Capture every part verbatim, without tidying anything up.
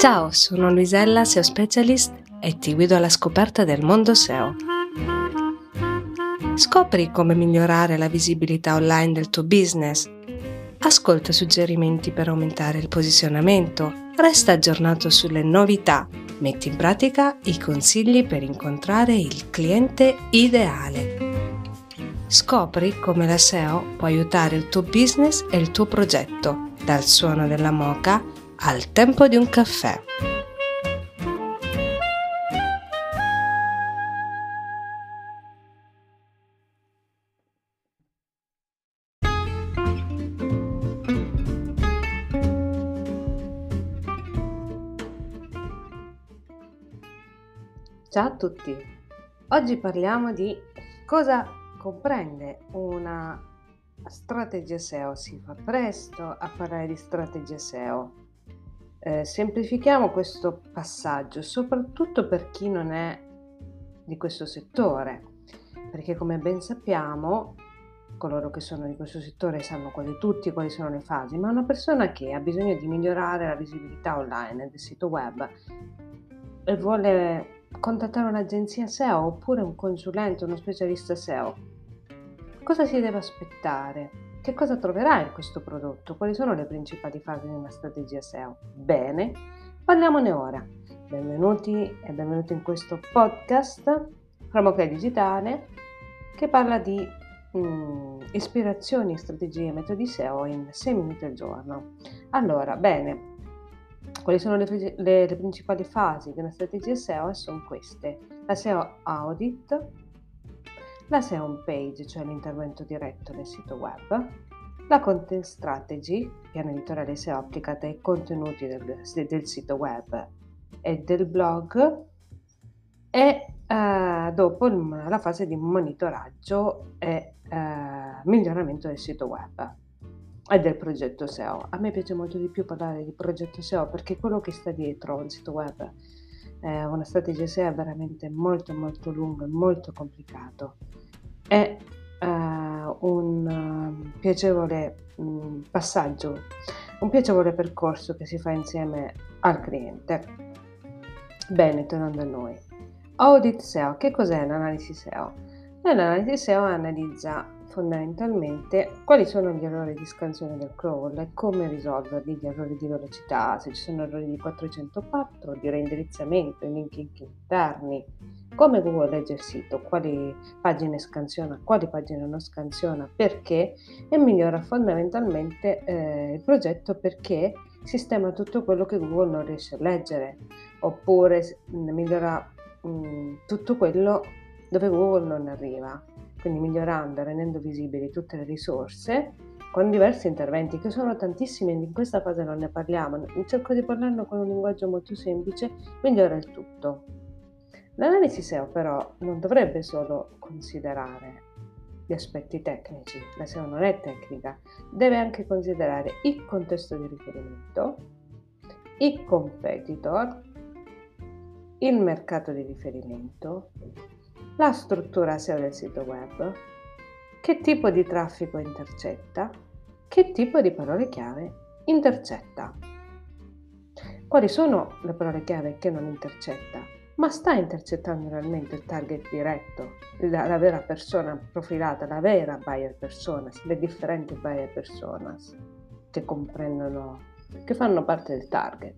Ciao, sono Luisella, S E O Specialist e ti guido alla scoperta del mondo S E O. Scopri come migliorare la visibilità online del tuo business. Ascolta suggerimenti per aumentare il posizionamento. Resta aggiornato sulle novità. Metti in pratica i consigli per incontrare il cliente ideale. Scopri come la S E O può aiutare il tuo business e il tuo progetto, dal suono della moka al tempo di un caffè. Ciao a tutti! Oggi parliamo di cosa comprende una strategia S E O. Si fa presto a parlare di strategia S E O. Eh, semplifichiamo questo passaggio, soprattutto per chi non è di questo settore, perché come ben sappiamo, coloro che sono di questo settore sanno quali tutti quali sono le fasi, ma una persona che ha bisogno di migliorare la visibilità online del sito web e vuole contattare un'agenzia S E O oppure un consulente, uno specialista S E O, cosa si deve aspettare? Che cosa troverà in questo prodotto? Quali sono le principali fasi di una strategia S E O? Bene, parliamone ora. Benvenuti e benvenuti in questo podcast Promokai Digitale che parla di mh, ispirazioni, strategie e metodi S E O in sei minuti al giorno. Allora, bene, quali sono le, le, le principali fasi di una strategia S E O? Sono queste: la S E O Audit, la S E O Home Page, cioè l'intervento diretto nel sito web, la Content Strategy, piano editoriale S E O applicata ai contenuti del, del sito web e del blog, e eh, dopo la fase di monitoraggio e eh, miglioramento del sito web e del progetto S E O. A me piace molto di più parlare di progetto S E O perché quello che sta dietro un sito web, eh, una strategia S E O, è veramente molto molto lungo e molto complicato. È uh, un uh, piacevole um, passaggio, un piacevole percorso che si fa insieme al cliente. Bene, tornando a noi. Audit S E O. Che cos'è l'analisi S E O? L'analisi S E O analizza fondamentalmente quali sono gli errori di scansione del crawl e come risolverli, gli errori di velocità, se ci sono errori di quattrocentoquattro, di reindirizzamento, linking interni, come Google legge il sito, quali pagine scansiona, quali pagine non scansiona, perché, e migliora fondamentalmente eh, il progetto perché sistema tutto quello che Google non riesce a leggere, oppure migliora mh, tutto quello dove Google non arriva, quindi migliorando e rendendo visibili tutte le risorse con diversi interventi che sono tantissimi e in questa fase non ne parliamo, cerco di parlarne con un linguaggio molto semplice, migliora il tutto. L'analisi S E O però non dovrebbe solo considerare gli aspetti tecnici, la S E O non è tecnica, deve anche considerare il contesto di riferimento, i competitor, il mercato di riferimento, la struttura S E O del sito web, che tipo di traffico intercetta, che tipo di parole chiave intercetta. Quali sono le parole chiave che non intercetta? Ma sta intercettando realmente il target diretto, la, la vera persona profilata, la vera buyer personas, le differenti buyer personas che comprendono, che fanno parte del target.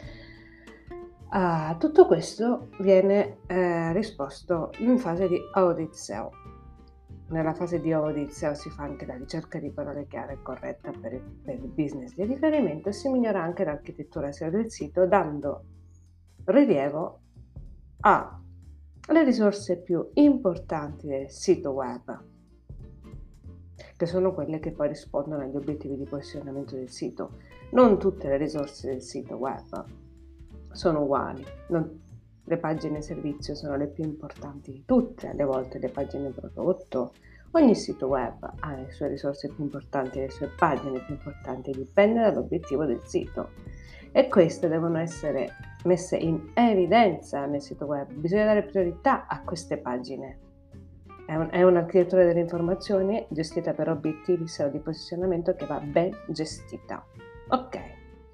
A tutto questo viene eh, risposto in fase di audit S E O. Nella fase di audit S E O si fa anche la ricerca di parole chiave corretta per il, per il business di riferimento e si migliora anche l'architettura S E O del sito, dando rilievo alle risorse più importanti del sito web, che sono quelle che poi rispondono agli obiettivi di posizionamento del sito. Non tutte le risorse del sito web sono uguali, non, le pagine servizio sono le più importanti di tutte, alle volte le pagine prodotto. Ogni sito web ha le sue risorse più importanti, le sue pagine più importanti, dipende dall'obiettivo del sito e queste devono essere messe in evidenza nel sito web. Bisogna dare priorità a queste pagine. È, un, è un'architettura delle informazioni gestita per obiettivi S E O di posizionamento che va ben gestita. Ok.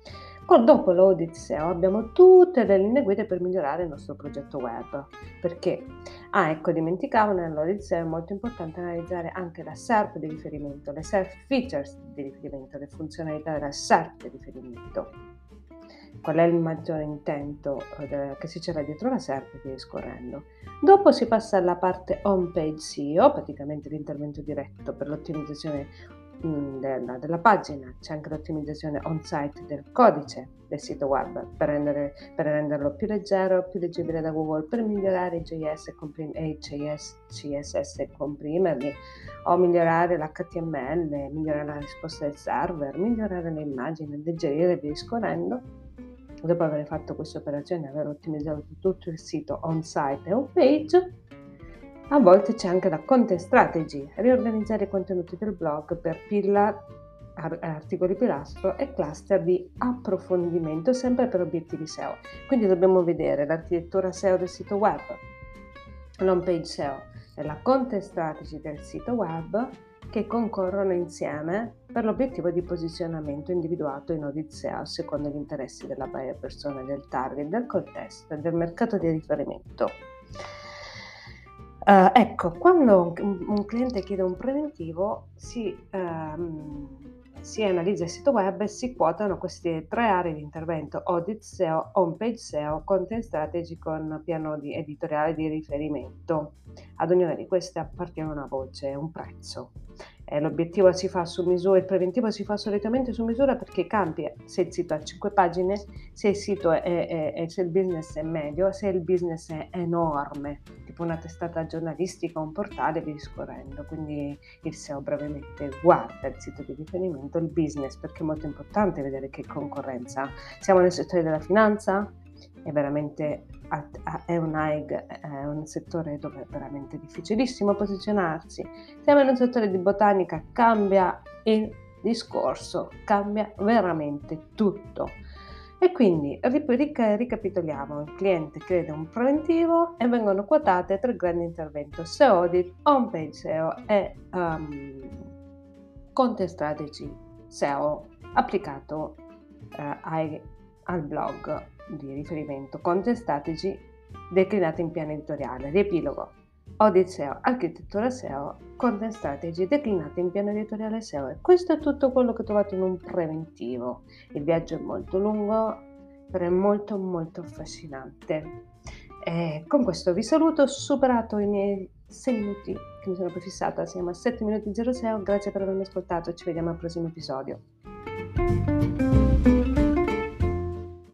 Poi dopo l'audit S E O abbiamo tutte le linee guida per migliorare il nostro progetto web. Perché? Ah, ecco, dimenticavo, nell'audit S E O è molto importante analizzare anche la S E R P di riferimento, le S E R P features di riferimento, le funzionalità della S E R P di riferimento. Qual è il maggiore intento eh, che si c'era dietro la S E R P e via discorrendo. Dopo si passa alla parte home page S E O, praticamente l'intervento diretto per l'ottimizzazione mh, della, della pagina. C'è anche l'ottimizzazione on-site del codice del sito web per, rendere, per renderlo più leggero, più leggibile da Google, per migliorare i J S e, comprim- e i C S S e comprimerli, o migliorare l'H T M L, migliorare la risposta del server, migliorare le immagini, alleggerire e via discorrendo. Dopo aver fatto queste operazioni e aver ottimizzato tutto il sito on-site e on-page, a volte c'è anche la content strategy, riorganizzare i contenuti del blog per pillar, articoli pilastro e cluster di approfondimento, sempre per obiettivi S E O. Quindi dobbiamo vedere l'architettura S E O del sito web, l'home page S E O e la content strategy del sito web, che concorrono insieme per l'obiettivo di posizionamento individuato in audit S E O secondo gli interessi della buyer persona, del target, del contesto e del mercato di riferimento. Uh, ecco, quando un, un cliente chiede un preventivo, si, um, si analizza il sito web e si quotano queste tre aree di intervento: audit S E O, home page S E O, content strategy con piano di editoriale di riferimento. Ad ognuna di queste appartiene una voce, un prezzo. Eh, l'obiettivo si fa su misura, il preventivo si fa solitamente su misura perché cambia se il sito ha cinque pagine, se il sito è, è, è se il business è medio, se il business è enorme, tipo una testata giornalistica, un portale e via discorrendo. Quindi il S E O brevemente guarda il sito di riferimento, il business, perché è molto importante vedere che concorrenza. Siamo nel settore della finanza, è veramente è un A I G, è un settore dove è veramente difficilissimo posizionarsi. Siamo in un settore di botanica, cambia il discorso, cambia veramente tutto. E quindi ric- ricapitoliamo: il cliente chiede un preventivo e vengono quotate tre grandi interventi: S E O audit, home page S E O e um, content strategy S E O applicato uh, ai, al blog di riferimento. Content strategy declinata in piano editoriale. Riepilogo: audit S E O, architettura S E O, content strategy declinata in piano editoriale S E O. E questo è tutto quello che ho trovato in un preventivo. Il viaggio è molto lungo, però è molto molto affascinante. E con questo vi saluto, ho superato i miei sei minuti che mi sono prefissata, siamo a sette minuti zero sei. Grazie per avermi ascoltato e ci vediamo al prossimo episodio.